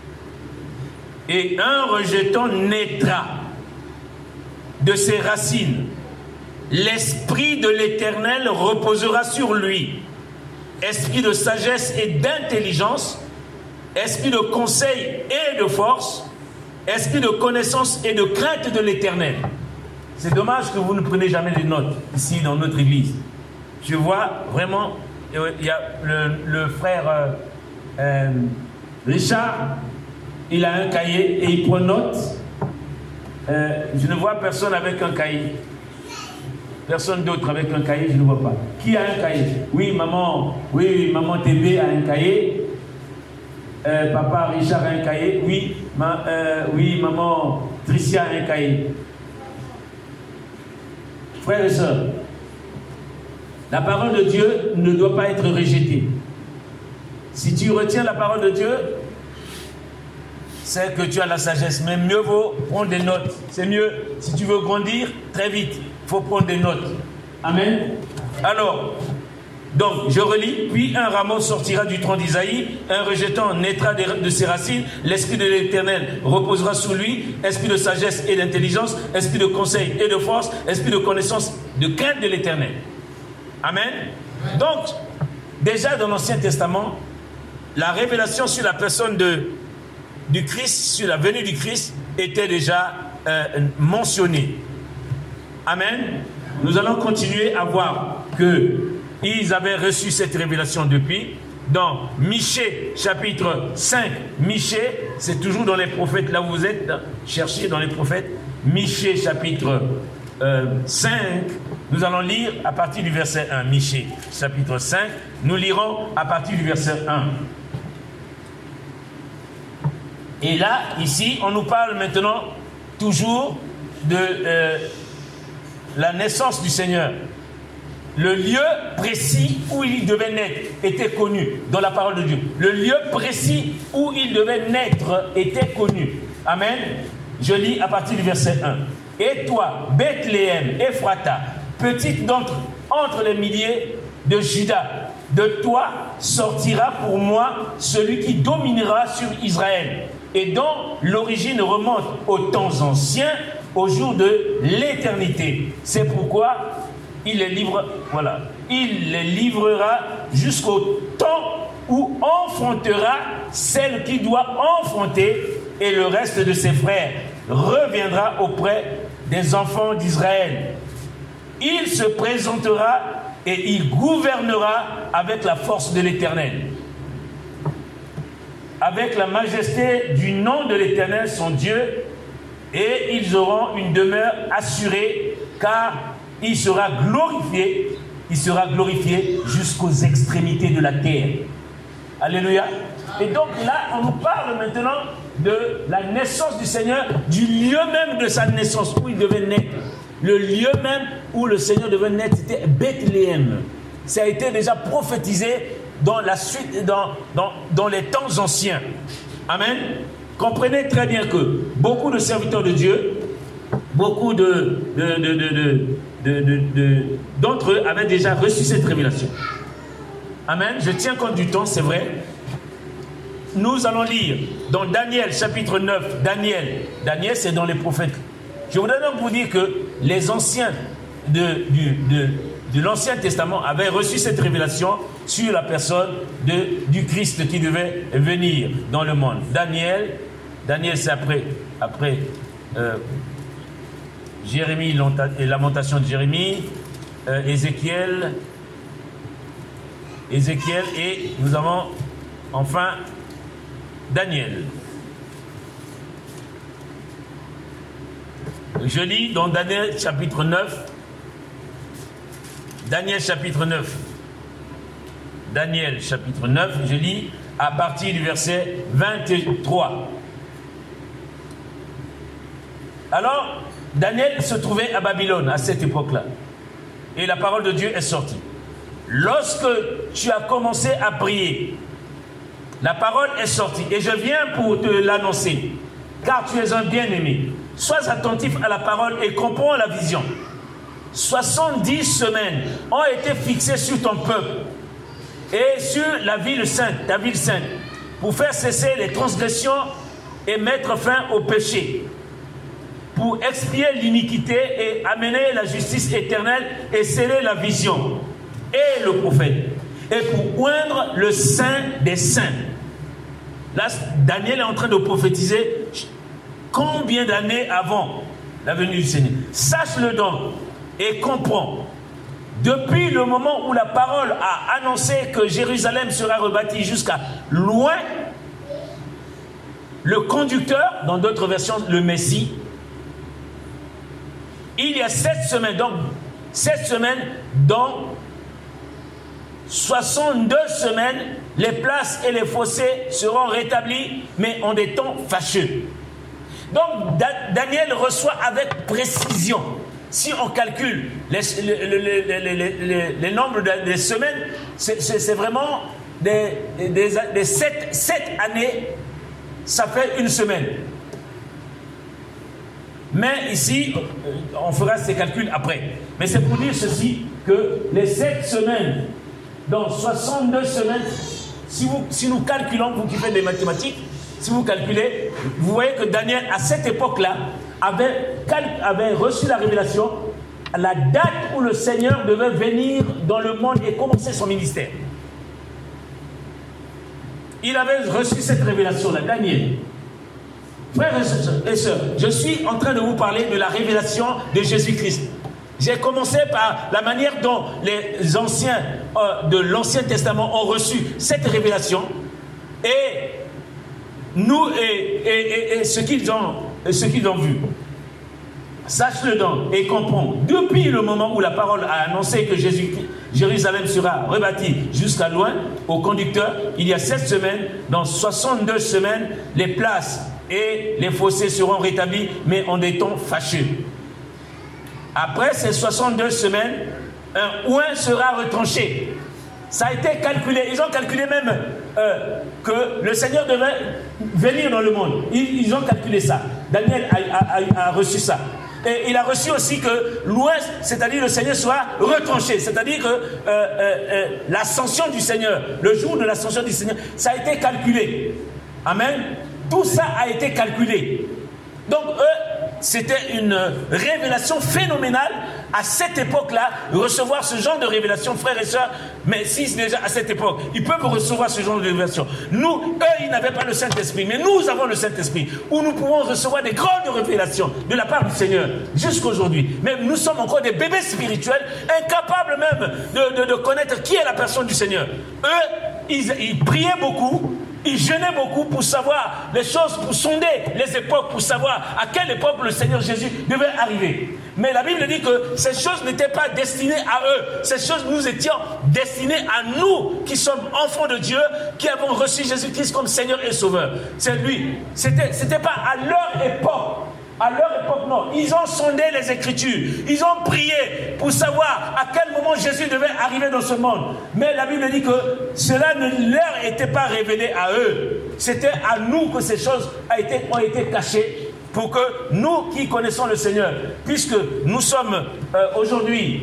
et un rejeton naîtra de ses racines. L'esprit de l'Éternel reposera sur lui. Esprit de sagesse et d'intelligence, esprit de conseil et de force, esprit de connaissance et de crainte de l'Éternel. C'est dommage que vous ne preniez jamais les notes ici dans notre église. Je vois vraiment, il y a le frère Richard, il a un cahier et il prend note. Je ne vois personne avec un cahier. Personne d'autre avec un cahier, je ne vois pas. Qui a un cahier? Oui, maman TB a un cahier. Papa Richard a un cahier. Oui, maman Tricia a un cahier. Frères et sœurs, la parole de Dieu ne doit pas être rejetée. Si tu retiens la parole de Dieu, c'est que tu as la sagesse. Mais mieux vaut prendre des notes. C'est mieux. Si tu veux grandir, très vite, il faut prendre des notes. Amen. Alors, donc, je relis. Puis un rameau sortira du tronc d'Isaïe, un rejeton naîtra de ses racines, l'esprit de l'Éternel reposera sous lui, esprit de sagesse et d'intelligence, esprit de conseil et de force, esprit de connaissance, de crainte de l'Éternel. Amen. Donc, déjà dans l'Ancien Testament, la révélation sur la personne du Christ, sur la venue du Christ, était déjà mentionnée. Amen. Nous allons continuer à voir qu'ils avaient reçu cette révélation depuis. Dans Michée, chapitre 5, Michée, c'est toujours dans les prophètes, là où vous êtes, cherchez dans les prophètes, Michée, chapitre 5, nous allons lire à partir du verset 1. Michée, chapitre 5, nous lirons à partir du verset 1. Et là, ici, on nous parle maintenant toujours de la naissance du Seigneur. Le lieu précis où il devait naître était connu dans la parole de Dieu. Le lieu précis où il devait naître était connu. Amen. Je lis à partir du verset 1. Et toi, Bethléem, Ephrata, petite entre les milliers de Juda, de toi sortira pour moi celui qui dominera sur Israël, et dont l'origine remonte aux temps anciens, au jour de l'éternité. C'est pourquoi il est libre, voilà. il les livrera jusqu'au temps où enfantera celle qui doit enfanter, et le reste de ses frères reviendra auprès des enfants d'Israël. Il se présentera et il gouvernera avec la force de l'Éternel, avec la majesté du nom de l'Éternel, son Dieu, et ils auront une demeure assurée, car il sera glorifié jusqu'aux extrémités de la terre. Alléluia. Et donc là, on nous parle maintenant de la naissance du Seigneur, du lieu même de sa naissance, où il devait naître. Le lieu même où le Seigneur devait naître, c'était Bethléem. Ça a été déjà prophétisé dans la suite, dans les temps anciens. Amen. Comprenez très bien que beaucoup de serviteurs de Dieu, beaucoup d'entre eux avaient déjà reçu cette révélation. Amen. Je tiens compte du temps, c'est vrai. Nous allons lire dans Daniel chapitre 9. Daniel, c'est dans les prophètes. Je voudrais donc vous dire que les anciens de l'Ancien Testament avaient reçu cette révélation sur la personne du Christ qui devait venir dans le monde. Daniel, c'est après Jérémie, lamentation de Jérémie, Ézéchiel, et nous avons enfin Daniel. Je lis dans Daniel chapitre 9. Daniel chapitre 9. Daniel chapitre 9, je lis à partir du verset 23. Alors, Daniel se trouvait à Babylone à cette époque-là. Et la parole de Dieu est sortie. Lorsque tu as commencé à prier, la parole est sortie. Et je viens pour te l'annoncer. Car tu es un bien-aimé. Sois attentif à la parole et comprends la vision. 70 semaines ont été fixées sur ton peuple et sur la ville sainte, ta ville sainte, pour faire cesser les transgressions et mettre fin au péché, pour expier l'iniquité et amener la justice éternelle et sceller la vision et le prophète, et pour oindre le saint des saints. Là, Daniel est en train de prophétiser combien d'années avant la venue du Seigneur. Sache-le donc et comprends. Depuis le moment où la parole a annoncé que Jérusalem sera rebâtie jusqu'à loin, le conducteur, dans d'autres versions, le Messie, il y a 7 semaines, donc 7 semaines, dans 62 semaines, les places et les fossés seront rétablis, mais en des temps fâcheux. Donc Daniel reçoit avec précision. Si on calcule les nombres des semaines, c'est vraiment des 7 années, ça fait une semaine. Mais ici, on fera ces calculs après. Mais c'est pour dire ceci, que les 7 semaines, dans 62 semaines, si nous calculons, vous qui faites des mathématiques, si vous calculez, vous voyez que Daniel, à cette époque-là, avait reçu la révélation à la date où le Seigneur devait venir dans le monde et commencer son ministère. Il avait reçu cette révélation-là, Daniel. Frères et sœurs, je suis en train de vous parler de la révélation de Jésus-Christ. J'ai commencé par la manière dont les anciens de l'Ancien Testament ont reçu cette révélation et nous et ce qu'ils ont vu. Sache-le donc et comprends. Depuis le moment où la parole a annoncé que Jérusalem sera rebâtie jusqu'à loin, au conducteur, il y a 7 semaines, dans 62 semaines, les places et les fossés seront rétablis, mais en des temps fâcheux. Après ces 62 semaines, un oint sera retranché. Ça a été calculé. Ils ont calculé même que le Seigneur devait venir dans le monde. Ils ont calculé ça. Daniel a reçu ça. Et il a reçu aussi que l'ouest, c'est-à-dire le Seigneur, soit retranché. C'est-à-dire que l'ascension du Seigneur, le jour de l'ascension du Seigneur, ça a été calculé. Amen. Tout ça a été calculé. Donc eux, c'était une révélation phénoménale à cette époque-là recevoir ce genre de révélation, frères et sœurs. Mais si déjà à cette époque, ils peuvent recevoir ce genre de révélation. Nous, eux, ils n'avaient pas le Saint-Esprit, mais nous avons le Saint-Esprit, où nous pouvons recevoir des grandes révélations de la part du Seigneur jusqu'aujourd'hui. Mais nous sommes encore des bébés spirituels, incapables même de connaître qui est la personne du Seigneur. Eux, ils priaient beaucoup. Ils jeûnaient beaucoup pour savoir les choses, pour sonder les époques, pour savoir à quelle époque le Seigneur Jésus devait arriver. Mais la Bible dit que ces choses n'étaient pas destinées à eux. Ces choses, nous étions destinés à nous qui sommes enfants de Dieu, qui avons reçu Jésus-Christ comme Seigneur et Sauveur. C'est lui. C'était pas à leur époque. À leur époque, non. Ils ont sondé les Écritures. Ils ont prié pour savoir à quel moment Jésus devait arriver dans ce monde. Mais la Bible dit que cela ne leur était pas révélé à eux. C'était à nous que ces choses ont été cachées pour que nous qui connaissons le Seigneur, puisque nous sommes aujourd'hui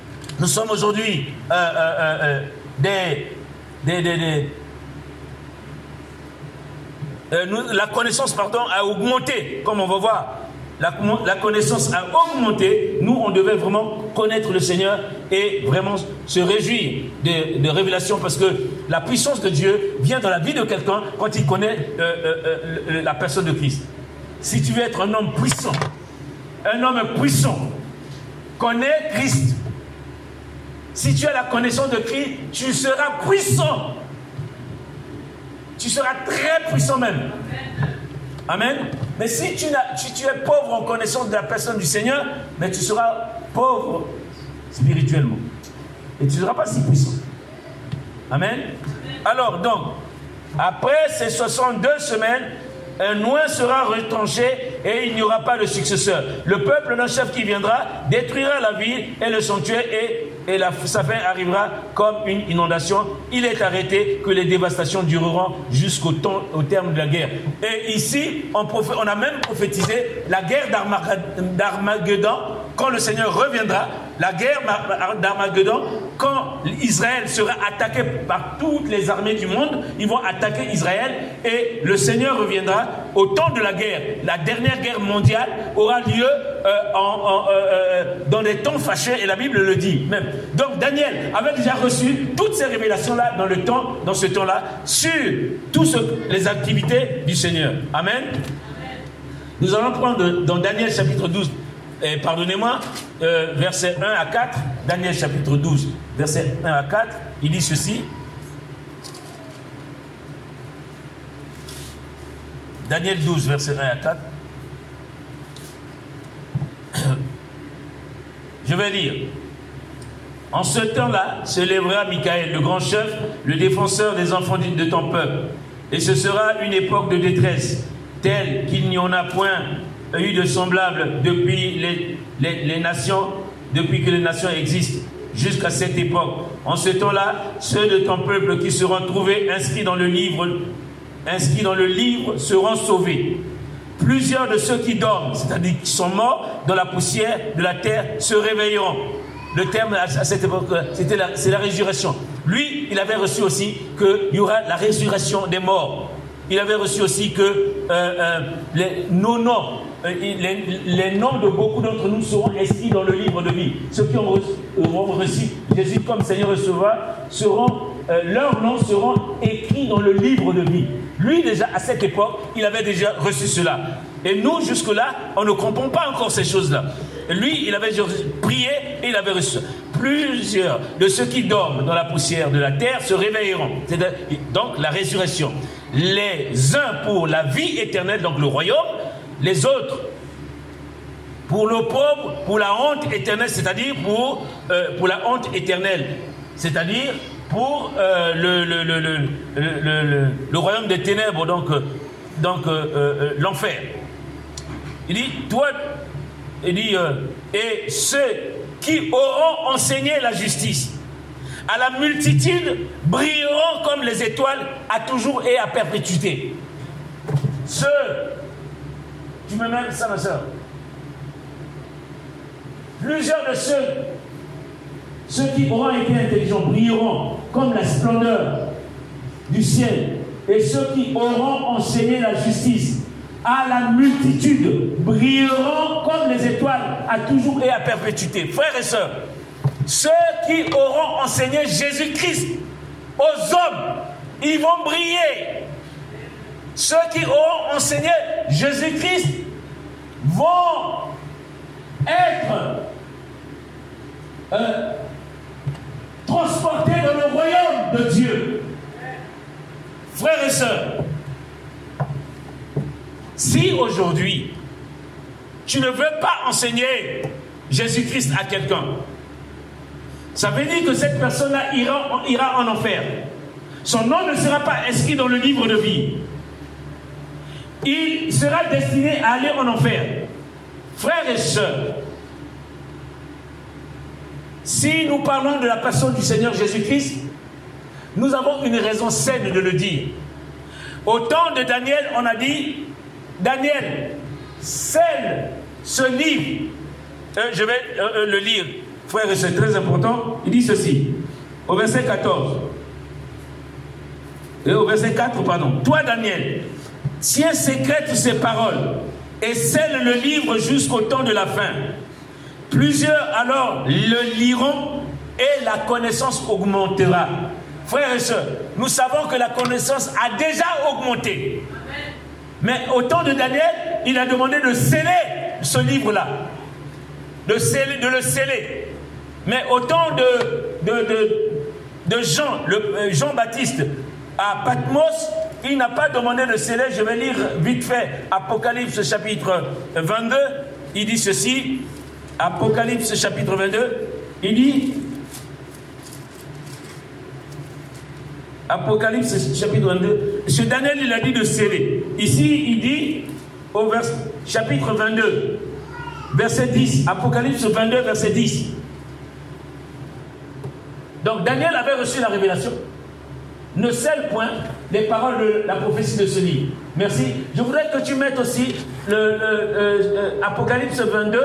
la connaissance, a augmenté, comme on va voir. La connaissance a augmenté. Nous, on devait vraiment connaître le Seigneur et vraiment se réjouir de révélations, parce que la puissance de Dieu vient dans la vie de quelqu'un quand il connaît la personne de Christ. Si tu veux être un homme puissant, connais Christ. Si tu as la connaissance de Christ, tu seras puissant. Tu seras très puissant même. Amen. Mais si tu es pauvre en connaissance de la personne du Seigneur, mais tu seras pauvre spirituellement. Et tu ne seras pas si puissant. Amen. Alors donc, après ces 62 semaines, un oint sera retranché et il n'y aura pas de successeur. Le peuple d'un chef qui viendra détruira la ville et le sanctuaire, et sa fin arrivera comme une inondation. Il est arrêté que les dévastations dureront jusqu'au terme de la guerre. Et ici, on a même prophétisé la guerre d'Armageddon, quand le Seigneur reviendra. La guerre d'Armageddon, quand Israël sera attaqué par toutes les armées du monde, ils vont attaquer Israël et le Seigneur reviendra au temps de la guerre. La dernière guerre mondiale aura lieu dans des temps fâcheux, et la Bible le dit même. Donc Daniel avait déjà reçu toutes ces révélations-là dans ce temps-là, sur toutes les activités du Seigneur. Amen. Nous allons prendre dans Daniel chapitre 12. Pardonnez-moi, versets 1 à 4, Daniel chapitre 12, versets 1 à 4, il dit ceci. Daniel 12, versets 1 à 4. Je vais lire. En ce temps-là se lèvera Michaël, le grand chef, le défenseur des enfants de ton peuple. Et ce sera une époque de détresse, telle qu'il n'y en a point eu de semblable depuis les nations, depuis que les nations existent, jusqu'à cette époque. En ce temps-là, ceux de ton peuple qui seront trouvés inscrits dans le livre seront sauvés. Plusieurs de ceux qui dorment, c'est-à-dire qui sont morts dans la poussière de la terre, se réveilleront. Le terme à cette époque, c'est la résurrection. Lui, il avait reçu aussi qu'il y aura la résurrection des morts. Il avait reçu aussi que nos noms, les noms de beaucoup d'entre nous seront inscrits dans le livre de vie. Ceux qui auront reçu Jésus comme Seigneur et Sauveur, leurs noms seront écrits dans le livre de vie. Lui, déjà, à cette époque, il avait déjà reçu cela. Et nous, jusque-là, on ne comprend pas encore ces choses-là. Lui, il avait prié et il avait reçu. Plusieurs de ceux qui dorment dans la poussière de la terre se réveilleront. C'est donc la résurrection. Les uns pour la vie éternelle, donc le royaume, les autres pour l'opprobre, pour la honte éternelle, c'est-à-dire pour la honte éternelle, c'est-à-dire pour le royaume des ténèbres, donc l'enfer. Il dit, et ceux qui auront enseigné la justice à la multitude brilleront comme les étoiles à toujours et à perpétuité. Tu me mets ça, ma soeur. Plusieurs de ceux qui auront été intelligents brilleront comme la splendeur du ciel, et ceux qui auront enseigné la justice à la multitude brilleront comme les étoiles à toujours et à perpétuité. Frères et sœurs, ceux qui auront enseigné Jésus-Christ aux hommes, ils vont briller. Ceux qui auront enseigné Jésus-Christ vont être transportés dans le royaume de Dieu. Frères et sœurs, si aujourd'hui tu ne veux pas enseigner Jésus-Christ à quelqu'un, ça veut dire que cette personne-là ira en enfer. Son nom ne sera pas inscrit dans le livre de vie. Il sera destiné à aller en enfer. Frères et sœurs, si nous parlons de la personne du Seigneur Jésus-Christ, nous avons une raison saine de le dire. Au temps de Daniel, on a dit, Daniel, scelle ce livre. Je vais le lire, frères et sœurs, très important. Il dit ceci, au verset 14. Et au verset 4, pardon. Toi, Daniel, tiens secrète ces paroles et scelle le livre jusqu'au temps de la fin. Plusieurs alors le liront et la connaissance augmentera. Frères et sœurs, nous savons que la connaissance a déjà augmenté. Mais au temps de Daniel, il a demandé de sceller ce livre-là. De le sceller. Mais au temps de Jean-Baptiste à Patmos, il n'a pas demandé de sceller. Je vais lire vite fait Apocalypse chapitre 22. Il dit ceci. Apocalypse chapitre 22. Il dit... Apocalypse chapitre 22. Ce Daniel, il a dit de sceller. Ici, il dit au chapitre 22, verset 10. Apocalypse 22, verset 10. Donc Daniel avait reçu la révélation. Ne scelle point les paroles de la prophétie de ce livre. Merci. Je voudrais que tu mettes aussi Apocalypse 22.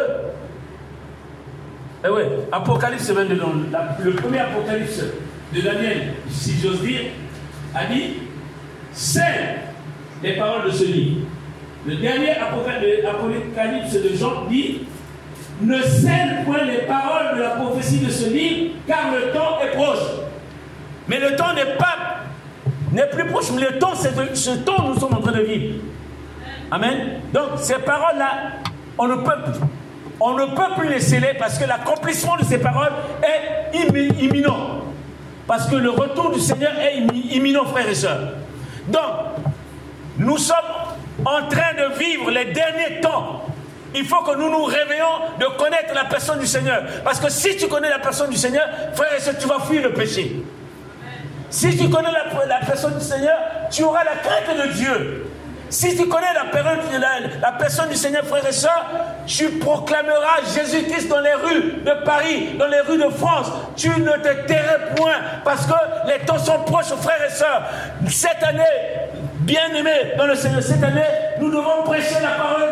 Ouais, Apocalypse 22. Donc, le premier Apocalypse de Daniel, si j'ose dire, a dit scelle les paroles de ce livre. Le dernier Apocalypse de Jean dit ne scelle point les paroles de la prophétie de ce livre, car le temps est proche. Mais le temps n'est plus proche, mais le temps, c'est ce temps nous sommes en train de vivre. Amen. Donc ces paroles-là, on ne peut plus les sceller parce que l'accomplissement de ces paroles est imminent. Parce que le retour du Seigneur est imminent, frères et sœurs. Donc, nous sommes en train de vivre les derniers temps. Il faut que nous nous réveillons de connaître la personne du Seigneur. Parce que si tu connais la personne du Seigneur, frères et sœurs, tu vas fuir le péché. Si tu connais la personne du Seigneur, tu auras la crainte de Dieu. Si tu connais la personne du Seigneur, frères et sœurs, tu proclameras Jésus-Christ dans les rues de Paris, dans les rues de France. Tu ne te tairais point parce que les temps sont proches, frères et sœurs. Cette année, bien-aimés dans le Seigneur, cette année, nous devons prêcher la parole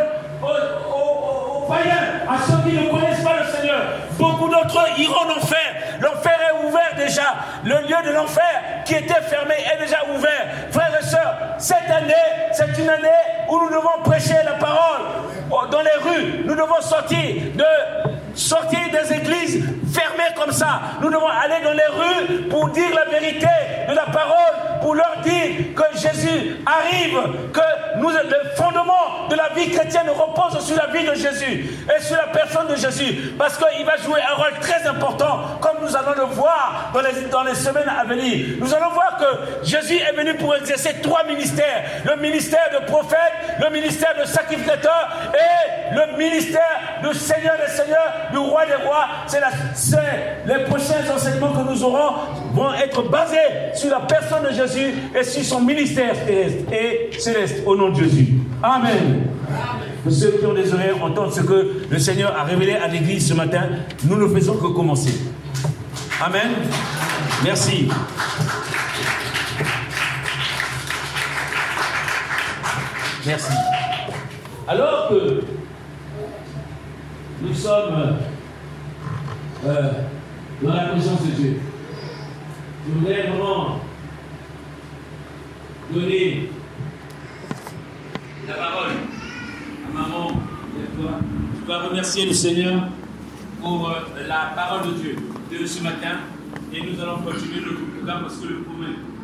aux païens, à ceux qui ne connaissent pas le Seigneur. Beaucoup d'entre eux iront en enfer. L'enfer est ouvert déjà. Le lieu de l'enfer qui était fermé est déjà ouvert. Frères et sœurs, cette année, c'est une année où nous devons prêcher la parole dans les rues. Nous devons sortir des églises fermées comme ça. Nous devons aller dans les rues pour dire la vérité de la parole, pour leur dire que Jésus arrive, que le fondement de la vie chrétienne repose sur la vie de Jésus et sur la personne de Jésus, parce qu'il va jouer un rôle très important, comme nous allons le voir dans les semaines à venir. Nous allons voir que Jésus est venu pour exercer 3 ministères: le ministère de prophète, le ministère de sacrificateur et le ministère de Seigneur des Seigneurs, du Roi des Rois. Les prochains enseignements que nous aurons vont être basés sur la personne de Jésus et sur son ministère terrestre et céleste, au nom de Jésus. Amen. Pour ceux qui ont des oreilles entendre ce que le Seigneur a révélé à l'église ce matin, nous ne faisons que commencer. Amen. Merci. Merci. Alors que nous sommes dans la présence de Dieu, je voudrais vraiment donner la parole Je dois remercier le Seigneur pour la parole de Dieu de ce matin. Et nous allons continuer notre programme parce que le